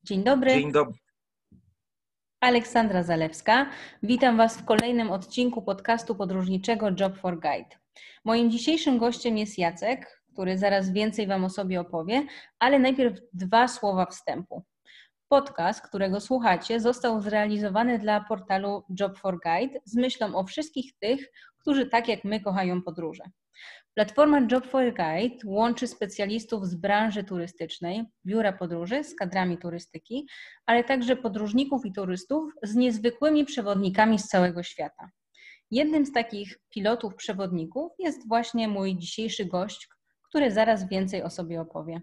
Dzień dobry, Dzień dobry. Aleksandra Zalewska. Witam Was w kolejnym odcinku podcastu podróżniczego Job for Guide. Moim dzisiejszym gościem jest Jacek, który zaraz więcej Wam o sobie opowie, ale najpierw 2 słowa wstępu. Podcast, którego słuchacie, został zrealizowany dla portalu Job for Guide z myślą o wszystkich tych, którzy tak jak my kochają podróże. Platforma Job for Guide łączy specjalistów z branży turystycznej, biura podróży z kadrami turystyki, ale także podróżników i turystów z niezwykłymi przewodnikami z całego świata. Jednym z takich pilotów przewodników jest właśnie mój dzisiejszy gość, który zaraz więcej o sobie opowie.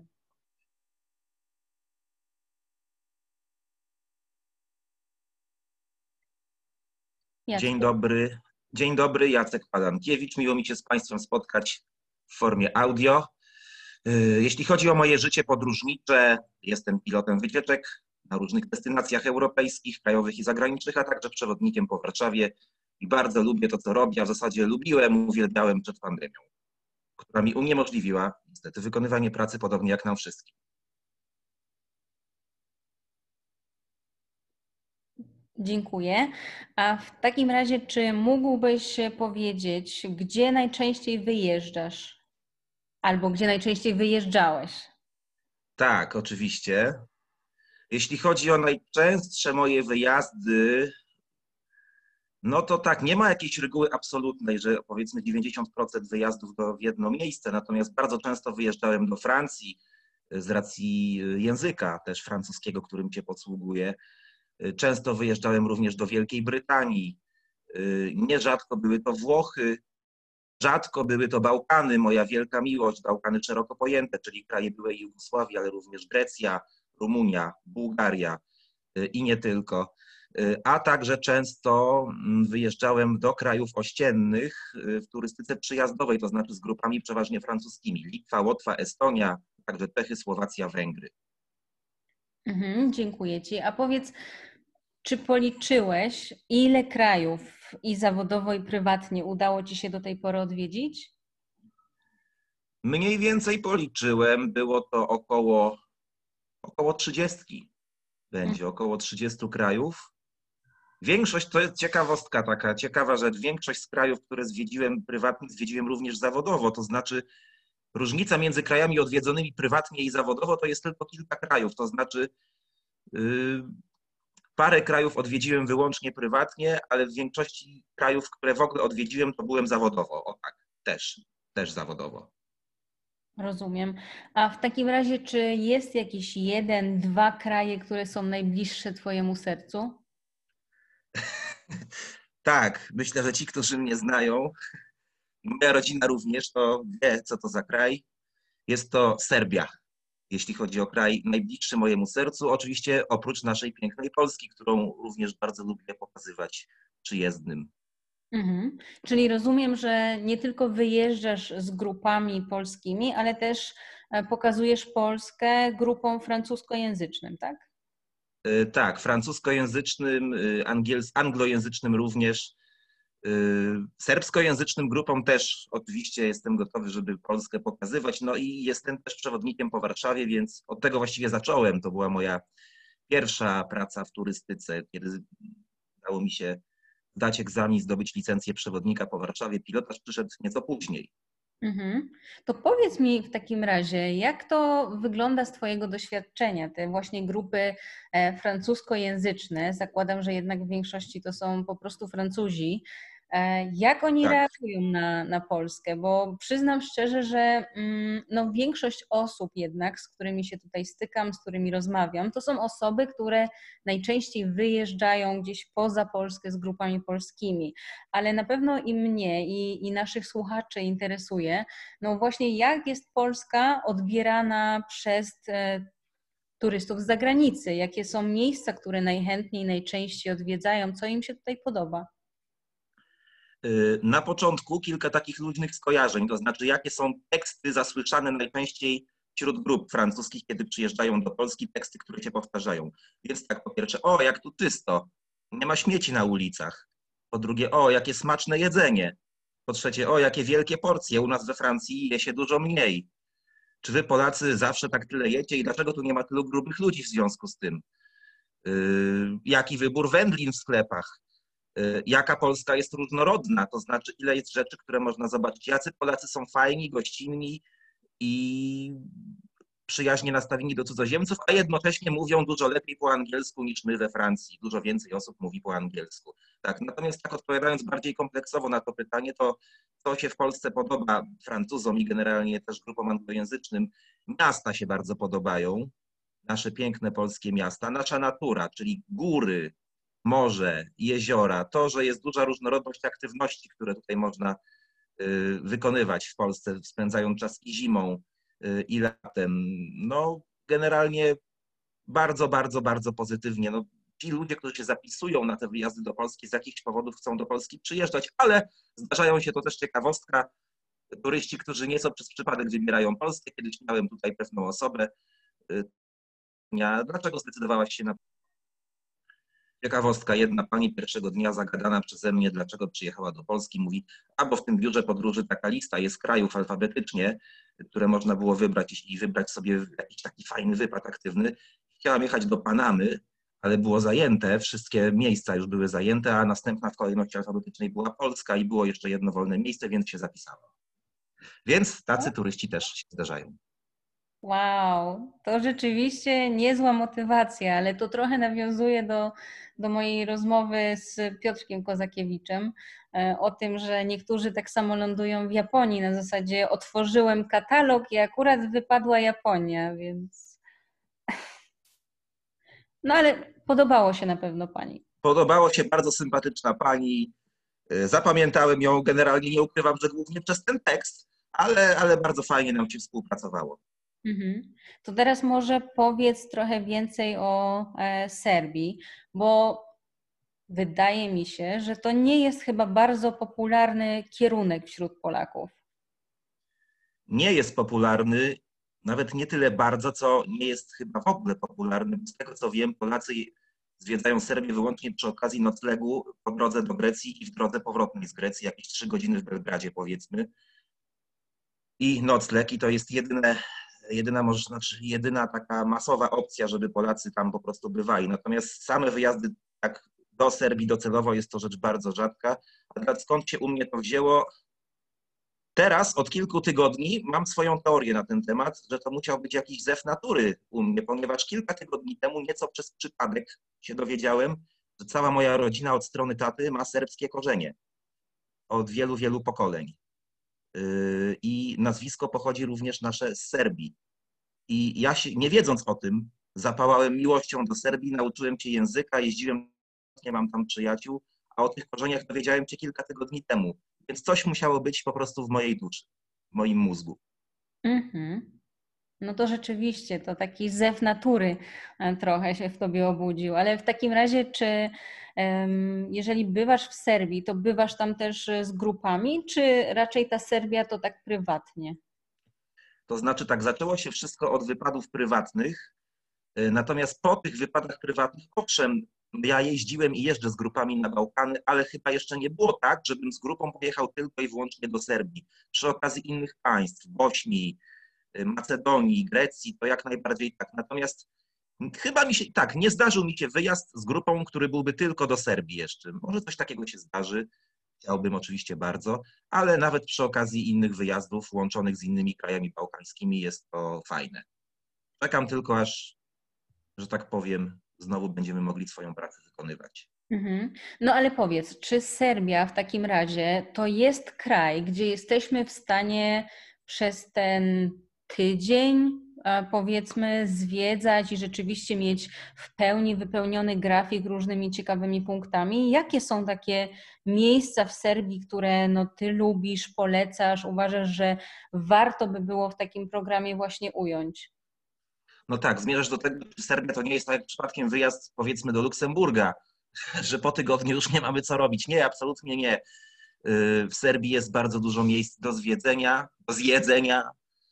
Dzień dobry. Dzień dobry, Jacek Palankiewicz. Miło mi się z Państwem spotkać w formie audio. Jeśli chodzi o moje życie podróżnicze, jestem pilotem wycieczek na różnych destynacjach europejskich, krajowych i zagranicznych, a także przewodnikiem po Warszawie i bardzo lubię to, co robię, a w zasadzie lubiłem, uwielbiałem przed pandemią, która mi uniemożliwiła niestety wykonywanie pracy podobnie jak nam wszystkim. Dziękuję. A w takim razie, czy mógłbyś powiedzieć, gdzie najczęściej wyjeżdżasz? Albo gdzie najczęściej wyjeżdżałeś? Tak, oczywiście. Jeśli chodzi o najczęstsze moje wyjazdy, no to tak, nie ma jakiejś reguły absolutnej, że powiedzmy 90% wyjazdów w jedno miejsce, natomiast bardzo często wyjeżdżałem do Francji z racji języka też francuskiego, którym się posługuję. Często wyjeżdżałem również do Wielkiej Brytanii. Nierzadko były to Włochy, rzadko były to Bałkany, moja wielka miłość, Bałkany szeroko pojęte, czyli kraje byłej Jugosławii, ale również Grecja, Rumunia, Bułgaria i nie tylko. A także często wyjeżdżałem do krajów ościennych w turystyce przyjazdowej, to znaczy z grupami przeważnie francuskimi. Litwa, Łotwa, Estonia, także Czechy, Słowacja, Węgry. Dziękuję Ci. A powiedz, czy policzyłeś, ile krajów i zawodowo, i prywatnie udało Ci się do tej pory odwiedzić? Mniej więcej policzyłem, było to około 30. Będzie około 30 krajów. Większość, to jest ciekawostka taka, ciekawa rzecz, większość z krajów, które zwiedziłem prywatnie, zwiedziłem również zawodowo, to znaczy różnica między krajami odwiedzonymi prywatnie i zawodowo to jest tylko kilka krajów, to znaczy parę krajów odwiedziłem wyłącznie prywatnie, ale w większości krajów, które w ogóle odwiedziłem, to byłem zawodowo, o tak, też zawodowo. Rozumiem. A w takim razie, czy jest jakiś 1, 2 kraje, które są najbliższe Twojemu sercu? Tak, myślę, że ci, którzy mnie znają, moja rodzina również, to wie, co to za kraj. Jest to Serbia, jeśli chodzi o kraj najbliższy mojemu sercu. Oczywiście oprócz naszej pięknej Polski, którą również bardzo lubię pokazywać przyjezdnym. Czyli rozumiem, że nie tylko wyjeżdżasz z grupami polskimi, ale też pokazujesz Polskę grupom francuskojęzycznym, tak? Tak, francuskojęzycznym, anglojęzycznym również, serbskojęzycznym grupom też oczywiście jestem gotowy, żeby Polskę pokazywać. No i jestem też przewodnikiem po Warszawie, więc od tego właściwie zacząłem. To była moja pierwsza praca w turystyce, kiedy udało mi się zdać egzamin, zdobyć licencję przewodnika po Warszawie. Pilotaż przyszedł nieco później. To powiedz mi w takim razie, jak to wygląda z Twojego doświadczenia, te właśnie grupy francuskojęzyczne, zakładam, że jednak w większości to są po prostu Francuzi, jak oni Tak. reagują na Polskę? Bo przyznam szczerze, że no, większość osób jednak, z którymi się tutaj stykam, z którymi rozmawiam, to są osoby, które najczęściej wyjeżdżają gdzieś poza Polskę z grupami polskimi, ale na pewno i mnie, i naszych słuchaczy interesuje, no właśnie jak jest Polska odbierana przez turystów z zagranicy? Jakie są miejsca, które najchętniej, najczęściej odwiedzają? Co im się tutaj podoba? Na początku kilka takich luźnych skojarzeń, to znaczy jakie są teksty zasłyszane najczęściej wśród grup francuskich, kiedy przyjeżdżają do Polski, teksty, które się powtarzają. Więc tak, po pierwsze, o, jak tu czysto, nie ma śmieci na ulicach. Po drugie, o, jakie smaczne jedzenie. Po trzecie, o, jakie wielkie porcje, u nas we Francji je się dużo mniej. Czy wy Polacy zawsze tak tyle jecie i dlaczego tu nie ma tylu grubych ludzi w związku z tym? jaki wybór wędlin w sklepach, jaka Polska jest różnorodna, to znaczy ile jest rzeczy, które można zobaczyć, jacy Polacy są fajni, gościnni i przyjaźnie nastawieni do cudzoziemców, a jednocześnie mówią dużo lepiej po angielsku niż my we Francji. Dużo więcej osób mówi po angielsku. Tak, natomiast tak odpowiadając bardziej kompleksowo na to pytanie, to co się w Polsce podoba Francuzom i generalnie też grupom anglojęzycznym, miasta się bardzo podobają, nasze piękne polskie miasta, nasza natura, czyli góry, morze, jeziora, to, że jest duża różnorodność aktywności, które tutaj można wykonywać w Polsce, spędzając czas i zimą, i latem. No, generalnie bardzo, bardzo, bardzo pozytywnie. No, ci ludzie, którzy się zapisują na te wyjazdy do Polski, z jakichś powodów chcą do Polski przyjeżdżać, ale zdarzają się, to też ciekawostka, turyści, którzy nieco przez przypadek wybierają Polskę. Kiedyś miałem tutaj pewną osobę. Dlaczego zdecydowałaś się na... Ciekawostka, jedna pani pierwszego dnia zagadana przeze mnie, dlaczego przyjechała do Polski, mówi, bo w tym biurze podróży taka lista jest krajów alfabetycznie, które można było wybrać i wybrać sobie jakiś taki fajny wypad aktywny. Chciałam jechać do Panamy, ale było zajęte, wszystkie miejsca już były zajęte, a następna w kolejności alfabetycznej była Polska i było jeszcze jedno wolne miejsce, więc się zapisałam. Więc tacy turyści też się zdarzają. Wow, to rzeczywiście niezła motywacja, ale to trochę nawiązuje do mojej rozmowy z Piotrkiem Kozakiewiczem o tym, że niektórzy tak samo lądują w Japonii. Na zasadzie otworzyłem katalog i akurat wypadła Japonia, więc... No ale podobało się na pewno pani. Podobało się, bardzo sympatyczna pani. Zapamiętałem ją, generalnie nie ukrywam, że głównie przez ten tekst, ale bardzo fajnie nam się współpracowało. To teraz może powiedz trochę więcej o Serbii, bo wydaje mi się, że to nie jest chyba bardzo popularny kierunek wśród Polaków. Nie jest popularny, nawet nie tyle bardzo, co nie jest chyba w ogóle popularny. Z tego co wiem, Polacy zwiedzają Serbię wyłącznie przy okazji noclegu po drodze do Grecji i w drodze powrotnej z Grecji, jakieś 3 godziny w Belgradzie powiedzmy. I nocleg, i to jest jedyna taka masowa opcja, żeby Polacy tam po prostu bywali. Natomiast same wyjazdy tak do Serbii docelowo jest to rzecz bardzo rzadka. A skąd się u mnie to wzięło? Teraz od kilku tygodni mam swoją teorię na ten temat, że to musiał być jakiś zew natury u mnie, ponieważ kilka tygodni temu nieco przez przypadek się dowiedziałem, że cała moja rodzina od strony taty ma serbskie korzenie od wielu, wielu pokoleń. I nazwisko pochodzi również nasze z Serbii. I ja się, nie wiedząc o tym, zapałałem miłością do Serbii, nauczyłem się języka, jeździłem, nie mam tam przyjaciół, a o tych korzeniach dowiedziałem się kilka tygodni temu. Więc coś musiało być po prostu w mojej duszy, w moim mózgu. No to rzeczywiście, to taki zew natury trochę się w tobie obudził. Ale w takim razie, czy jeżeli bywasz w Serbii, to bywasz tam też z grupami, czy raczej ta Serbia to tak prywatnie? To znaczy tak, zaczęło się wszystko od wypadów prywatnych, natomiast po tych wypadach prywatnych, owszem, ja jeździłem i jeżdżę z grupami na Bałkany, ale chyba jeszcze nie było tak, żebym z grupą pojechał tylko i wyłącznie do Serbii. Przy okazji innych państw, Bośni, Macedonii, Grecji, to jak najbardziej tak. Natomiast chyba nie zdarzył mi się wyjazd z grupą, który byłby tylko do Serbii jeszcze. Może coś takiego się zdarzy, chciałbym oczywiście bardzo, ale nawet przy okazji innych wyjazdów łączonych z innymi krajami bałkańskimi jest to fajne. Czekam tylko aż, że tak powiem, znowu będziemy mogli swoją pracę wykonywać. No ale powiedz, czy Serbia w takim razie to jest kraj, gdzie jesteśmy w stanie przez ten tydzień, powiedzmy, zwiedzać i rzeczywiście mieć w pełni wypełniony grafik różnymi ciekawymi punktami? Jakie są takie miejsca w Serbii, które no, ty lubisz, polecasz, uważasz, że warto by było w takim programie właśnie ująć? No tak, zmierzasz do tego, że Serbia to nie jest tak jak przypadkiem wyjazd powiedzmy do Luksemburga, że po tygodniu już nie mamy co robić. Nie, absolutnie nie. W Serbii jest bardzo dużo miejsc do zwiedzenia, do zjedzenia,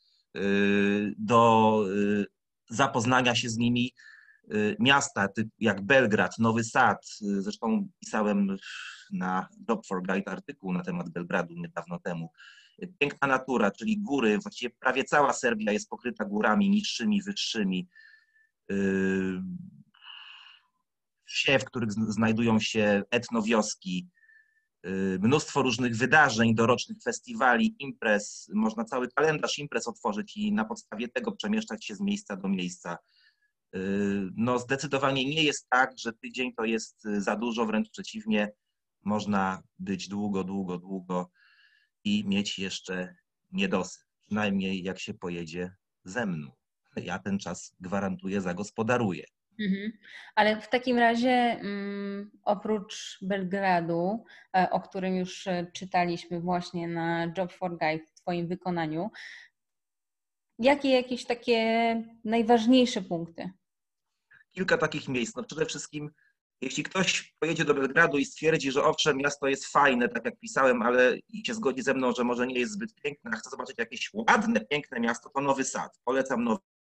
do zapoznania się z nimi. Miasta jak Belgrad, Nowy Sad, zresztą pisałem na Job for Guide artykuł na temat Belgradu niedawno temu. Piękna natura, czyli góry, właściwie prawie cała Serbia jest pokryta górami niższymi, wyższymi. wsie, w których znajdują się etnowioski, mnóstwo różnych wydarzeń, dorocznych festiwali, imprez. Można cały kalendarz imprez otworzyć i na podstawie tego przemieszczać się z miejsca do miejsca. No zdecydowanie nie jest tak, że tydzień to jest za dużo, wręcz przeciwnie, można być długo, długo, długo i mieć jeszcze niedosyt, przynajmniej jak się pojedzie ze mną. Ja ten czas gwarantuję, zagospodaruję. Mhm. Ale w takim razie oprócz Belgradu, o którym już czytaliśmy właśnie na Job for Guide w Twoim wykonaniu, jakie jakieś takie najważniejsze punkty? Kilka takich miejsc. No przede wszystkim, jeśli ktoś pojedzie do Belgradu i stwierdzi, że owszem, miasto jest fajne, tak jak pisałem, ale i się zgodzi ze mną, że może nie jest zbyt piękne, a chce zobaczyć jakieś ładne, piękne miasto, to Nowy Sad. Polecam Nowy Sad.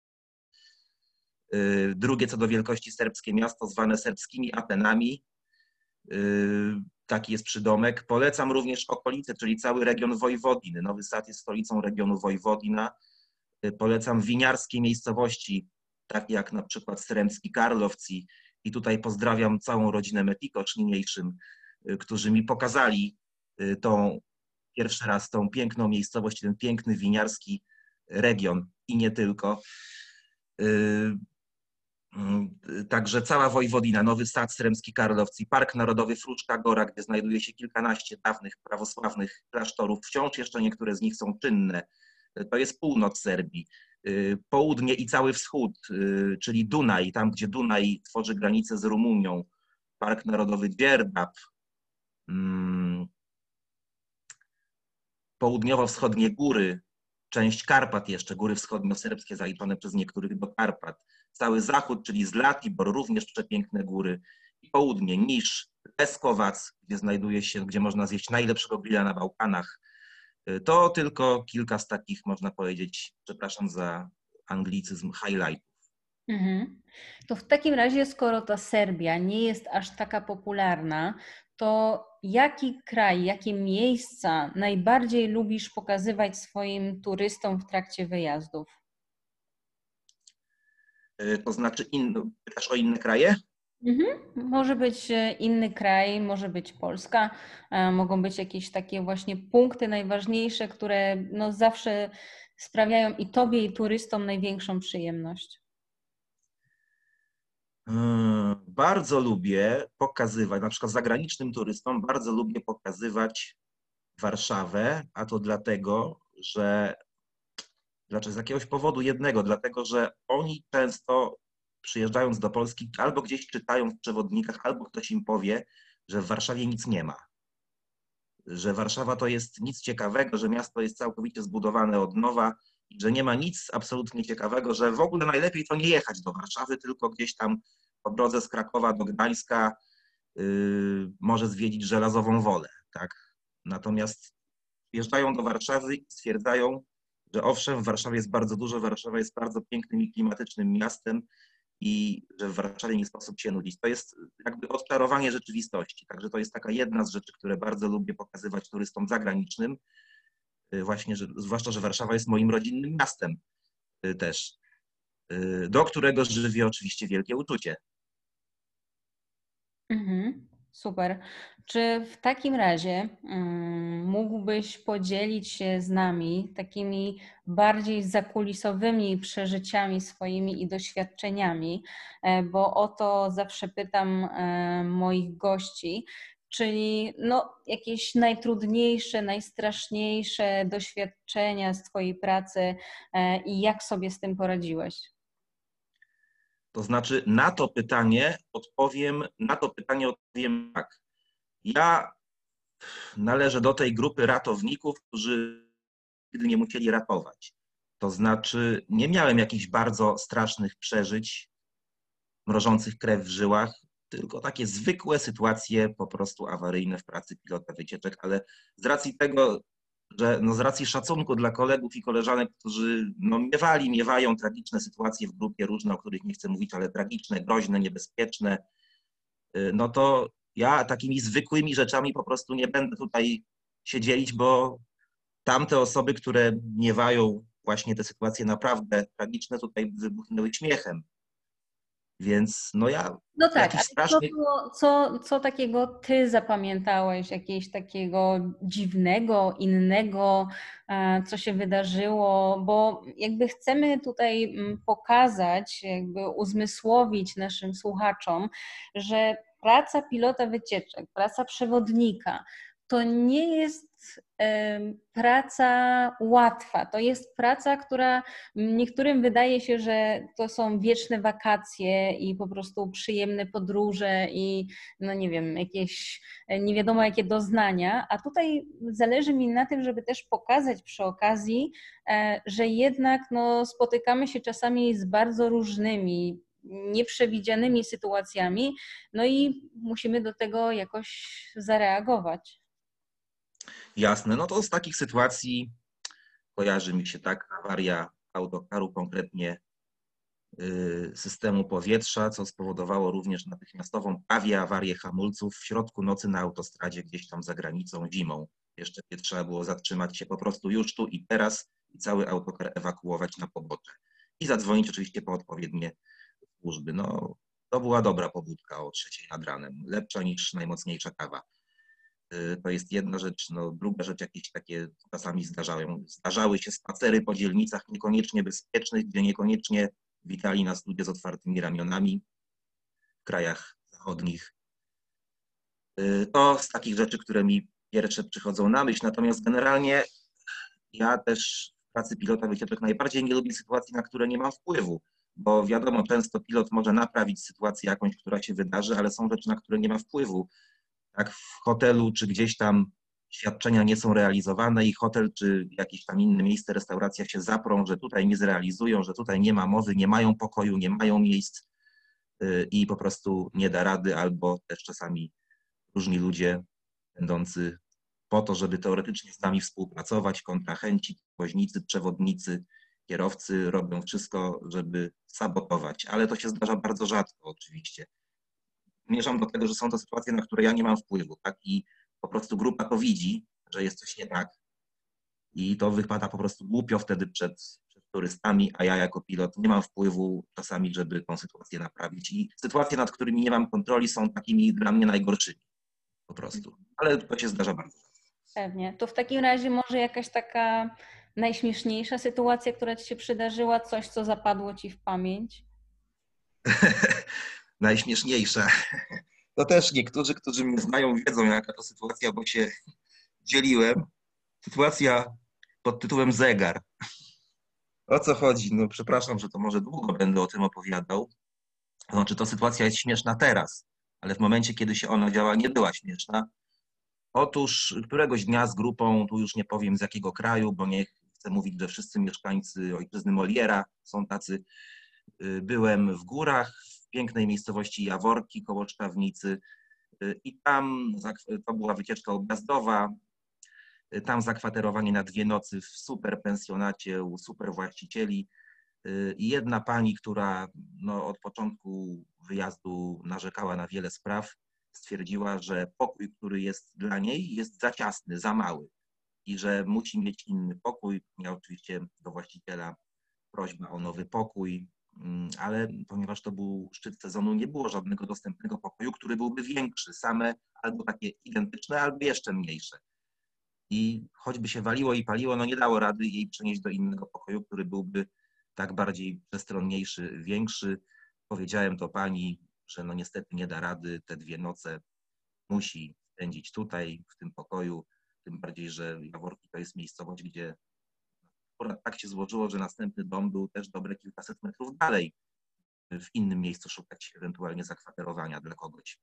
Drugie co do wielkości serbskie miasto, zwane serbskimi Atenami. Taki jest przydomek. Polecam również okolice, czyli cały region Wojwodiny. Nowy Sad jest stolicą regionu Wojwodina. Polecam winiarskie miejscowości, takie jak na przykład Sremski Karlovci. I tutaj pozdrawiam całą rodzinę Metikosz niniejszym, którzy mi pokazali pierwszy raz tą piękną miejscowość, ten piękny winiarski region i nie tylko. Także cała Wojwodina, Nowy Sad, Sremski Karlovci, Park Narodowy Fruška Gora, gdzie znajduje się kilkanaście dawnych prawosławnych klasztorów. Wciąż jeszcze niektóre z nich są czynne. To jest północ Serbii. Południe i cały wschód, czyli Dunaj, tam gdzie Dunaj tworzy granicę z Rumunią. Park Narodowy Đerdap. Południowo-wschodnie góry, część Karpat jeszcze, góry wschodnioserbskie zaliczone przez niektórych do Karpat. Cały zachód, czyli Zlatibor, również przepiękne góry. I południe, Nisz, Leskowac, gdzie można zjeść najlepszego grilla na Bałkanach. To tylko kilka z takich, można powiedzieć, przepraszam za anglicyzm, highlightów. Mhm. To w takim razie, skoro ta Serbia nie jest aż taka popularna, to jaki kraj, jakie miejsca najbardziej lubisz pokazywać swoim turystom w trakcie wyjazdów? To znaczy, pytasz o inne kraje? Mhm. Może być inny kraj, może być Polska, mogą być jakieś takie właśnie punkty najważniejsze, które no zawsze sprawiają i Tobie, i turystom największą przyjemność. Bardzo lubię pokazywać, na przykład zagranicznym turystom, bardzo lubię pokazywać Warszawę, a to dlatego, że z jakiegoś powodu jednego, dlatego że oni często przyjeżdżając do Polski albo gdzieś czytają w przewodnikach, albo ktoś im powie, że w Warszawie nic nie ma. Że Warszawa to jest nic ciekawego, że miasto jest całkowicie zbudowane od nowa i że nie ma nic absolutnie ciekawego, że w ogóle najlepiej to nie jechać do Warszawy, tylko gdzieś tam po drodze z Krakowa do Gdańska może zwiedzić Żelazową Wolę. Tak? Natomiast wjeżdżają do Warszawy i stwierdzają, że owszem, w Warszawie jest bardzo dużo, Warszawa jest bardzo pięknym i klimatycznym miastem i że w Warszawie nie sposób się nudzić. To jest jakby odczarowanie rzeczywistości. Także to jest taka jedna z rzeczy, które bardzo lubię pokazywać turystom zagranicznym. Właśnie, zwłaszcza, że Warszawa jest moim rodzinnym miastem też, do którego żywię oczywiście wielkie uczucie. Mhm, super. Czy w takim razie mógłbyś podzielić się z nami takimi bardziej zakulisowymi przeżyciami swoimi i doświadczeniami, bo o to zawsze pytam moich gości, czyli no, jakieś najtrudniejsze, najstraszniejsze doświadczenia z Twojej pracy i jak sobie z tym poradziłeś? To znaczy na to pytanie odpowiem tak. Ja należę do tej grupy ratowników, którzy nigdy nie musieli ratować. To znaczy nie miałem jakichś bardzo strasznych przeżyć, mrożących krew w żyłach, tylko takie zwykłe sytuacje po prostu awaryjne w pracy pilota wycieczek, ale z racji tego, że z racji szacunku dla kolegów i koleżanek, którzy miewają tragiczne sytuacje w grupie różne, o których nie chcę mówić, ale tragiczne, groźne, niebezpieczne, no to ja takimi zwykłymi rzeczami po prostu nie będę tutaj się dzielić, bo tamte osoby, które miewają właśnie te sytuacje naprawdę tragiczne, tutaj wybuchnęły śmiechem. Więc no ja No tak, jakiś ale co straszny... było, co takiego ty zapamiętałeś, jakiegoś takiego dziwnego, innego, co się wydarzyło, bo jakby chcemy tutaj pokazać, jakby uzmysłowić naszym słuchaczom, że praca pilota wycieczek, praca przewodnika to nie jest praca łatwa. To jest praca, która niektórym wydaje się, że to są wieczne wakacje i po prostu przyjemne podróże i no nie wiem, jakieś nie wiadomo jakie doznania, a tutaj zależy mi na tym, żeby też pokazać przy okazji, że jednak no, spotykamy się czasami z bardzo różnymi, nieprzewidzianymi sytuacjami, no i musimy do tego jakoś zareagować. Jasne, no to z takich sytuacji kojarzy mi się tak awaria autokaru, konkretnie systemu powietrza, co spowodowało również natychmiastową prawie awarię hamulców w środku nocy na autostradzie gdzieś tam za granicą zimą. Jeszcze nie trzeba było zatrzymać się po prostu już tu i teraz i cały autokar ewakuować na pobocze. I zadzwonić oczywiście po odpowiednie służby. No, to była dobra pobudka o 3 nad ranem, lepsza niż najmocniejsza kawa. To jest jedna rzecz. No, druga rzecz, jakieś takie czasami zdarzały się spacery po dzielnicach niekoniecznie bezpiecznych, gdzie niekoniecznie witali nas ludzie z otwartymi ramionami w krajach zachodnich. To z takich rzeczy, które mi pierwsze przychodzą na myśl. Natomiast generalnie ja też w pracy pilota wycieczek najbardziej nie lubię sytuacji, na które nie mam wpływu, bo wiadomo, często pilot może naprawić sytuację jakąś, która się wydarzy, ale są rzeczy, na które nie ma wpływu. Jak w hotelu czy gdzieś tam świadczenia nie są realizowane i hotel czy jakieś tam inne miejsce, restauracja się zaprą, że tutaj nie zrealizują, że tutaj nie ma mowy, nie mają pokoju, nie mają miejsc i po prostu nie da rady, albo też czasami różni ludzie będący po to, żeby teoretycznie z nami współpracować, kontrahenci, woźnicy, przewodnicy, kierowcy robią wszystko, żeby sabotować, ale to się zdarza bardzo rzadko oczywiście. Zmierzam do tego, że są to sytuacje, na które ja nie mam wpływu, tak? I po prostu grupa to widzi, że jest coś nie tak i to wypada po prostu głupio wtedy przed turystami, a ja jako pilot nie mam wpływu czasami, żeby tą sytuację naprawić. I sytuacje, nad którymi nie mam kontroli, są takimi dla mnie najgorszymi po prostu. Ale to się zdarza bardzo. Pewnie. To w takim razie może jakaś taka najśmieszniejsza sytuacja, która ci się przydarzyła, coś, co zapadło ci w pamięć? Najśmieszniejsze. To też niektórzy, którzy mnie znają, wiedzą, jaka to sytuacja, bo się dzieliłem. Sytuacja pod tytułem zegar. O co chodzi? No przepraszam, że to może długo będę o tym opowiadał. Znaczy, to sytuacja jest śmieszna teraz, ale w momencie, kiedy się ona działa, nie była śmieszna. Otóż któregoś dnia z grupą, tu już nie powiem z jakiego kraju, bo nie chcę mówić, że wszyscy mieszkańcy ojczyzny Moliera są tacy. Byłem w górach, w pięknej miejscowości Jaworki koło Szczawnicy i tam to była wycieczka objazdowa. Tam zakwaterowanie na 2 nocy w super pensjonacie u super właścicieli. I jedna pani, która no, od początku wyjazdu narzekała na wiele spraw, stwierdziła, że pokój, który jest dla niej, jest za ciasny, za mały i że musi mieć inny pokój. Miał oczywiście do właściciela prośbę o nowy pokój, ale ponieważ to był szczyt sezonu, nie było żadnego dostępnego pokoju, który byłby większy, same albo takie identyczne, albo jeszcze mniejsze. I choćby się waliło i paliło, no nie dało rady jej przenieść do innego pokoju, który byłby tak bardziej przestronniejszy, większy. Powiedziałem to pani, że no niestety nie da rady, te 2 noce musi spędzić tutaj, w tym pokoju, tym bardziej, że Jaworki to jest miejscowość, gdzie akurat tak się złożyło, że następny dom był też dobre kilkaset metrów dalej, w innym miejscu szukać ewentualnie zakwaterowania dla kogoś.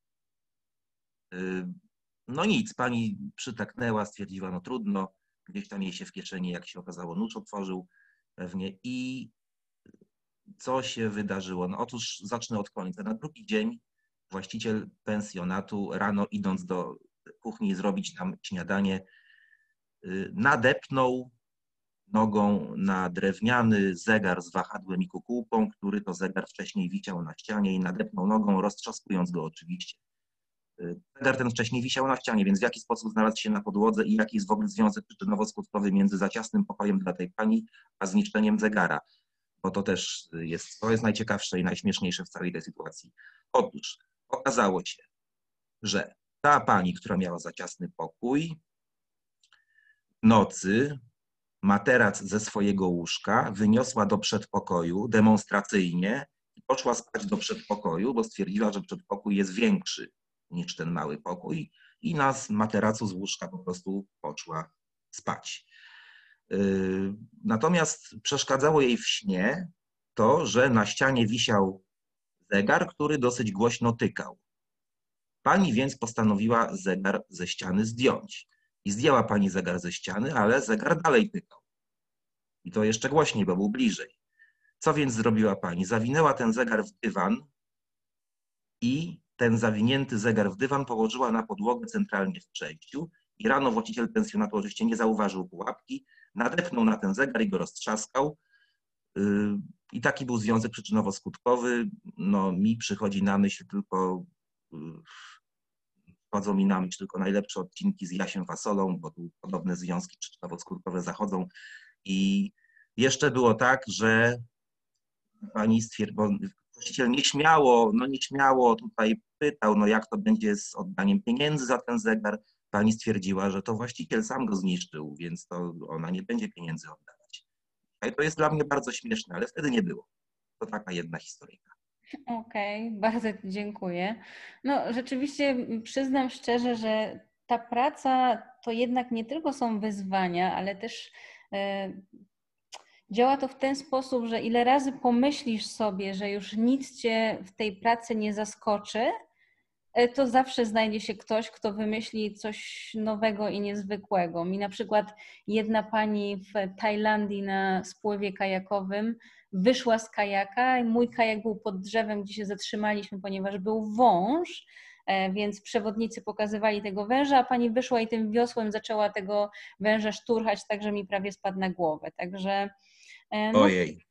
No nic, pani przytaknęła, stwierdziła, no trudno, gdzieś tam jej się w kieszeni, jak się okazało, nóż otworzył pewnie. I co się wydarzyło? No otóż zacznę od końca. Na drugi dzień właściciel pensjonatu rano idąc do kuchni zrobić nam śniadanie, nadepnął nogą na drewniany zegar z wahadłem i kukułką, który to zegar wcześniej wisiał na ścianie i nadepnął nogą, roztrzaskując go oczywiście. Zegar ten wcześniej wisiał na ścianie, więc w jaki sposób znalazł się na podłodze i jaki jest w ogóle związek przyczynowo-skutkowy między za ciasnym pokojem dla tej pani, a zniszczeniem zegara. bo to też jest najciekawsze i najśmieszniejsze w całej tej sytuacji. Otóż okazało się, że ta pani, która miała za ciasny pokój, w nocy materac ze swojego łóżka wyniosła do przedpokoju demonstracyjnie i poszła spać do przedpokoju, bo stwierdziła, że przedpokój jest większy niż ten mały pokój i na materacu z łóżka po prostu poszła spać. Natomiast przeszkadzało jej w śnie to, że na ścianie wisiał zegar, który dosyć głośno tykał. Pani więc postanowiła zegar ze ściany zdjąć. I zdjęła pani zegar ze ściany, ale zegar dalej tykał. I to jeszcze głośniej, bo był bliżej. Co więc zrobiła pani? Zawinęła ten zegar w dywan i ten zawinięty zegar w dywan położyła na podłogę centralnie w przejściu i rano właściciel pensjonatu oczywiście nie zauważył pułapki, nadepnął na ten zegar i go roztrzaskał. I taki był związek przyczynowo-skutkowy. No, mi przychodzi na myśl tylko, wchodzą mi na myśl tylko najlepsze odcinki z Jasiem Fasolą, bo tu podobne związki przyczynowo-skutkowe zachodzą. I jeszcze było tak, że pani stwierdziła, właściciel nieśmiało tutaj pytał, jak to będzie z oddaniem pieniędzy za ten zegar. Pani stwierdziła, że to właściciel sam go zniszczył, więc to ona nie będzie pieniędzy oddawać. I to jest dla mnie bardzo śmieszne, ale wtedy nie było. To taka jedna historyjka. Okej, bardzo dziękuję. No, rzeczywiście przyznam szczerze, że ta praca to jednak nie tylko są wyzwania, ale też działa to w ten sposób, że ile razy pomyślisz sobie, że już nic cię w tej pracy nie zaskoczy, to zawsze znajdzie się ktoś, kto wymyśli coś nowego i niezwykłego. Mi na przykład jedna pani w Tajlandii na spływie kajakowym wyszła z kajaka i mój kajak był pod drzewem, gdzie się zatrzymaliśmy, ponieważ był wąż, więc przewodnicy pokazywali tego węża, a pani wyszła i tym wiosłem zaczęła tego węża szturchać, tak że mi prawie spadł na głowę. Także Ojej.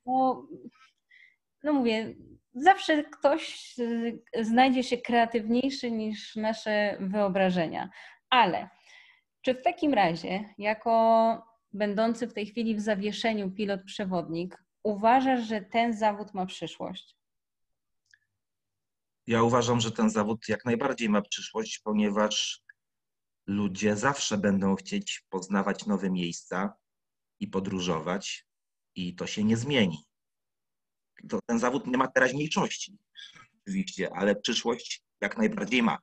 no mówię, zawsze ktoś znajdzie się kreatywniejszy niż nasze wyobrażenia. Ale czy w takim razie, jako będący w tej chwili w zawieszeniu pilot-przewodnik, uważasz, że ten zawód ma przyszłość? Ja uważam, że ten zawód jak najbardziej ma przyszłość, ponieważ ludzie zawsze będą chcieć poznawać nowe miejsca i podróżować i to się nie zmieni. Ten zawód nie ma teraźniejszości, oczywiście, ale przyszłość jak najbardziej ma.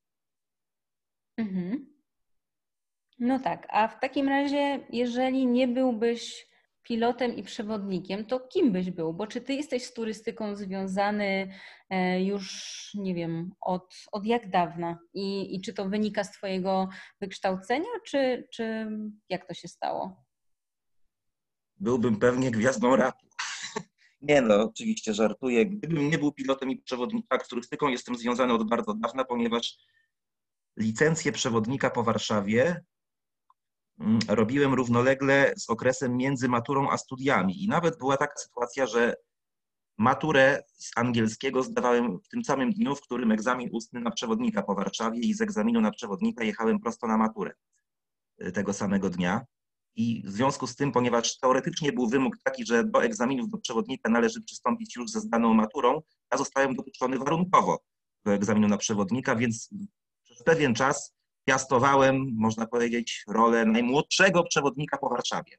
Mhm. No tak, a w takim razie, jeżeli nie byłbyś pilotem i przewodnikiem, to kim byś był? Bo czy ty jesteś z turystyką związany już, nie wiem, od jak dawna? I czy to wynika z twojego wykształcenia, czy jak to się stało? Byłbym pewnie gwiazdą rapu. Nie no, oczywiście żartuję. Gdybym nie był pilotem i przewodnikiem, z turystyką jestem związany od bardzo dawna, ponieważ licencję przewodnika po Warszawie robiłem równolegle z okresem między maturą a studiami. I nawet była taka sytuacja, że maturę z angielskiego zdawałem w tym samym dniu, w którym egzamin ustny na przewodnika po Warszawie i z egzaminu na przewodnika jechałem prosto na maturę tego samego dnia. I w związku z tym, ponieważ teoretycznie był wymóg taki, że do egzaminów do przewodnika należy przystąpić już ze zdaną maturą, ja zostałem dopuszczony warunkowo do egzaminu na przewodnika, więc przez pewien czas piastowałem, można powiedzieć, rolę najmłodszego przewodnika po Warszawie.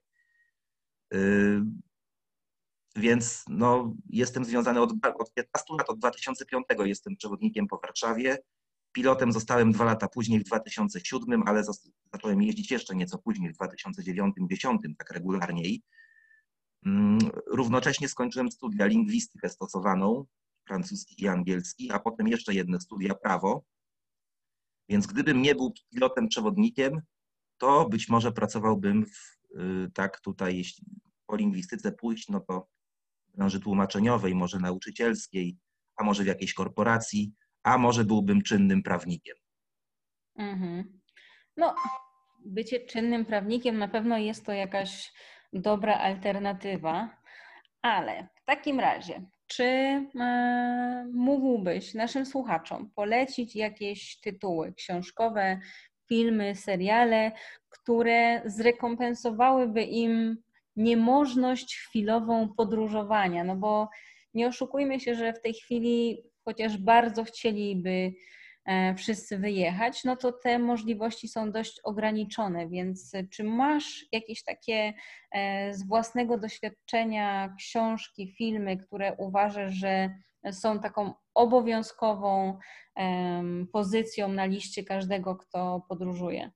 Więc jestem związany od 15 lat, od 2005 jestem przewodnikiem po Warszawie. Pilotem zostałem 2 lata później, w 2007, ale zacząłem jeździć jeszcze nieco później, w 2009-2010, tak regularniej. Równocześnie skończyłem studia lingwistykę stosowaną, francuski i angielski, a potem jeszcze jedne studia prawo. Więc gdybym nie był pilotem przewodnikiem, to być może pracowałbym tak tutaj, jeśli po lingwistyce pójść, no to w branży tłumaczeniowej, może nauczycielskiej, a może w jakiejś korporacji, a może byłbym czynnym prawnikiem. Mhm. No, bycie czynnym prawnikiem na pewno jest to jakaś dobra alternatywa, ale w takim razie, czy mógłbyś naszym słuchaczom polecić jakieś tytuły książkowe, filmy, seriale, które zrekompensowałyby im niemożność chwilową podróżowania, no bo nie oszukujmy się, że w tej chwili, chociaż bardzo chcieliby wszyscy wyjechać, no to te możliwości są dość ograniczone, więc czy masz jakieś takie z własnego doświadczenia książki, filmy, które uważasz, że są taką obowiązkową pozycją na liście każdego, kto podróżuje?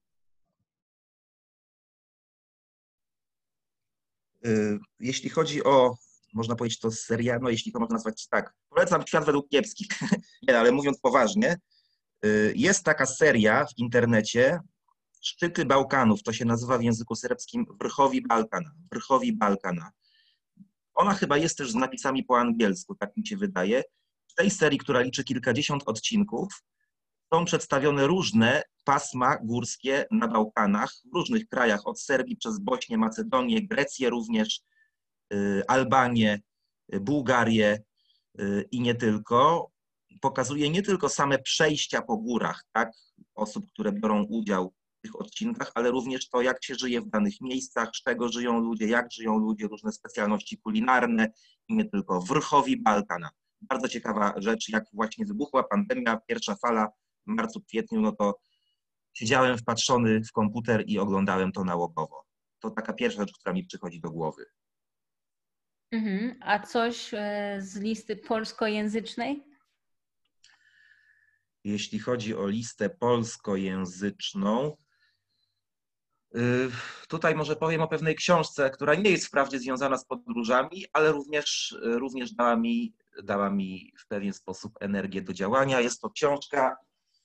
Jeśli chodzi o, można powiedzieć to seria, no jeśli to można nazwać tak, polecam Świat według kiepskich, nie, ale mówiąc poważnie, jest taka seria w internecie, Szczyty Bałkanów, to się nazywa w języku serbskim Vrhovi Balkana. Vrhovi Balkana. Ona chyba jest też z napisami po angielsku, tak mi się wydaje. W tej serii, która liczy kilkadziesiąt odcinków, są przedstawione różne pasma górskie na Bałkanach, w różnych krajach, od Serbii przez Bośnię, Macedonię, Grecję również, Albanię, Bułgarię i nie tylko. Pokazuje nie tylko same przejścia po górach, tak, osób, które biorą udział w tych odcinkach, ale również to, jak się żyje w danych miejscach, z czego żyją ludzie, jak żyją ludzie, różne specjalności kulinarne i nie tylko. Vrhovi Balkana. Bardzo ciekawa rzecz, jak właśnie wybuchła pandemia, pierwsza fala w marcu, kwietniu, no to siedziałem wpatrzony w komputer i oglądałem to nałogowo. To taka pierwsza rzecz, która mi przychodzi do głowy. A coś z listy polskojęzycznej? Jeśli chodzi o listę polskojęzyczną, tutaj może powiem o pewnej książce, która nie jest wprawdzie związana z podróżami, ale również dała mi w pewien sposób energię do działania. Jest to książka,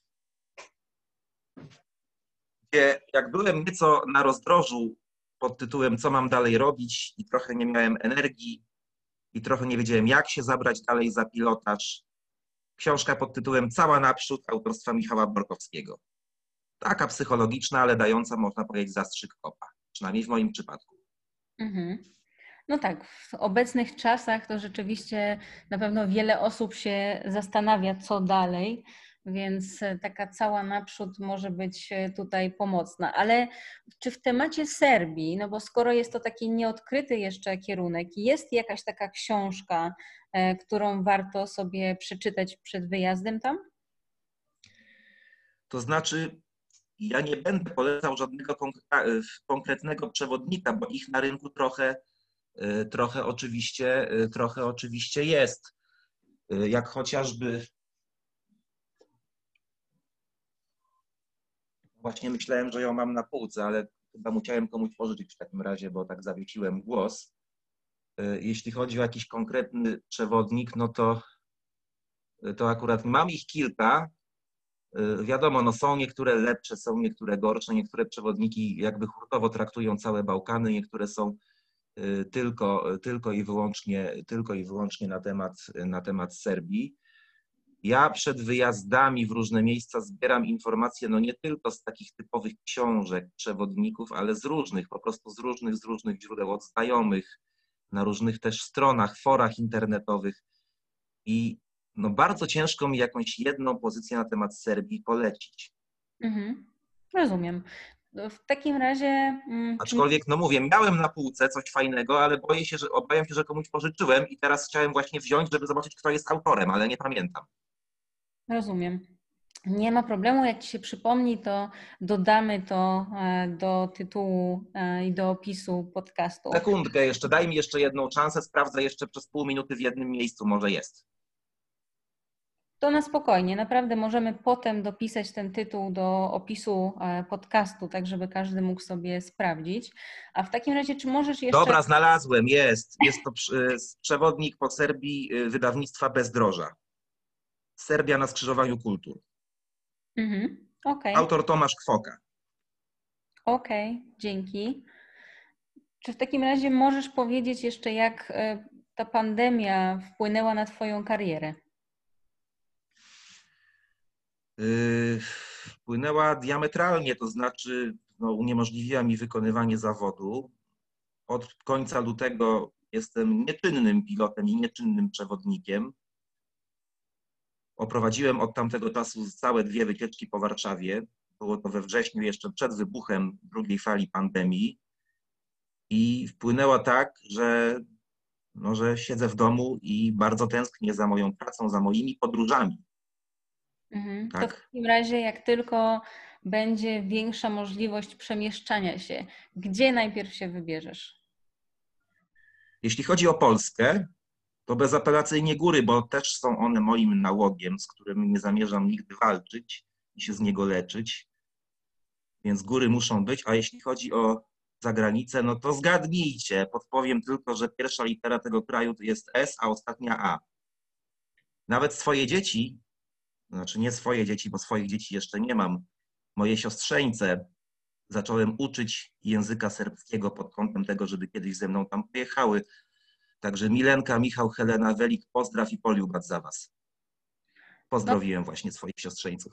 gdzie jak byłem nieco na rozdrożu pod tytułem Co mam dalej robić i trochę nie miałem energii i trochę nie wiedziałem, jak się zabrać dalej za pilotaż. Książka pod tytułem Cała naprzód autorstwa Michała Borkowskiego. Taka psychologiczna, ale dająca, można powiedzieć, zastrzyk kopa. Przynajmniej w moim przypadku. No tak, w obecnych czasach to rzeczywiście na pewno wiele osób się zastanawia, co dalej, więc taka cała naprzód może być tutaj pomocna. Ale czy w temacie Serbii, no bo skoro jest to taki nieodkryty jeszcze kierunek, jest jakaś taka książka, którą warto sobie przeczytać przed wyjazdem tam? To znaczy, ja nie będę polecał żadnego konkretnego przewodnika, bo ich na rynku trochę oczywiście jest. Jak chociażby, właśnie myślałem, że ją mam na półce, ale chyba musiałem komuś pożyczyć w takim razie, bo tak zawiesiłem głos. Jeśli chodzi o jakiś konkretny przewodnik, no to akurat mam ich kilka. Wiadomo, no są niektóre lepsze, są niektóre gorsze, niektóre przewodniki jakby hurtowo traktują całe Bałkany, niektóre są tylko i wyłącznie na temat Serbii. Ja przed wyjazdami w różne miejsca zbieram informacje, no nie tylko z takich typowych książek, przewodników, ale po prostu z różnych źródeł, od znajomych, na różnych też stronach, forach internetowych i no bardzo ciężko mi jakąś jedną pozycję na temat Serbii polecić. Rozumiem. W takim razie... Aczkolwiek, no mówię, miałem na półce coś fajnego, ale obawiam się, że komuś pożyczyłem i teraz chciałem właśnie wziąć, żeby zobaczyć, kto jest autorem, ale nie pamiętam. Rozumiem. Nie ma problemu, jak Ci się przypomni, to dodamy to do tytułu i do opisu podcastu. Sekundkę jeszcze, daj mi jeszcze jedną szansę, sprawdzę jeszcze przez pół minuty w jednym miejscu, może jest. To na spokojnie, naprawdę możemy potem dopisać ten tytuł do opisu podcastu, tak żeby każdy mógł sobie sprawdzić. A w takim razie, czy możesz jeszcze... Dobra, znalazłem, jest. Jest to przewodnik po Serbii wydawnictwa Bezdroża. Serbia na skrzyżowaniu kultur. Okay. Autor Tomasz Kwoka. Okej, dzięki. Czy w takim razie możesz powiedzieć jeszcze, jak ta pandemia wpłynęła na Twoją karierę? Wpłynęła diametralnie, to znaczy no, uniemożliwiła mi wykonywanie zawodu. Od końca lutego jestem nieczynnym pilotem i nieczynnym przewodnikiem. Oprowadziłem od tamtego czasu całe 2 wycieczki po Warszawie. Było to we wrześniu, jeszcze przed wybuchem drugiej fali pandemii. i wpłynęła tak, że siedzę w domu i bardzo tęsknię za moją pracą, za moimi podróżami. To w Tak? takim razie, jak tylko będzie większa możliwość przemieszczania się, gdzie najpierw się wybierzesz? Jeśli chodzi o Polskę, to bezapelacyjnie góry, bo też są one moim nałogiem, z którym nie zamierzam nigdy walczyć i się z niego leczyć. Więc góry muszą być, a jeśli chodzi o zagranicę, no to zgadnijcie. Podpowiem tylko, że pierwsza litera tego kraju to jest S, a ostatnia A. Nawet swoje dzieci, znaczy nie swoje dzieci, bo swoich dzieci jeszcze nie mam, moje siostrzeńce zacząłem uczyć języka serbskiego pod kątem tego, żeby kiedyś ze mną tam pojechały. Także Milenka, Michał, Helena, Welik, pozdraw i poliubat za was. No, Pozdrowiłem właśnie swoich siostrzeńców.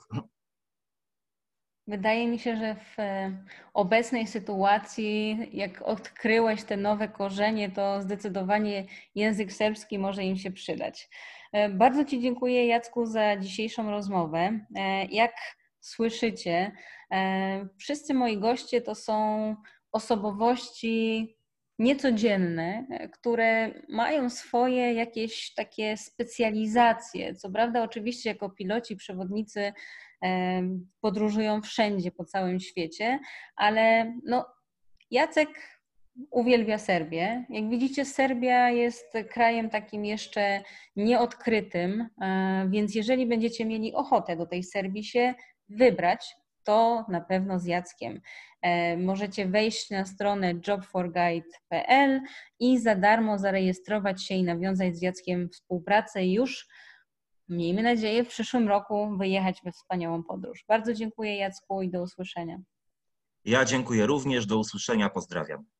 wydaje mi się, że w obecnej sytuacji, jak odkryłeś te nowe korzenie, to zdecydowanie język serbski może im się przydać. Bardzo Ci dziękuję, Jacku, za dzisiejszą rozmowę. Jak słyszycie, wszyscy moi goście to są osobowości niecodzienne, które mają swoje jakieś takie specjalizacje. Co prawda, oczywiście, jako piloci, przewodnicy podróżują wszędzie po całym świecie, ale no, Jacek uwielbia Serbię. Jak widzicie, Serbia jest krajem takim jeszcze nieodkrytym, więc jeżeli będziecie mieli ochotę do tej Serbii się wybrać, to na pewno z Jackiem. Możecie wejść na stronę jobforguide.pl i za darmo zarejestrować się i nawiązać z Jackiem współpracę i już, miejmy nadzieję, w przyszłym roku wyjechać we wspaniałą podróż. Bardzo dziękuję, Jacku, i do usłyszenia. Ja dziękuję również. Do usłyszenia. Pozdrawiam.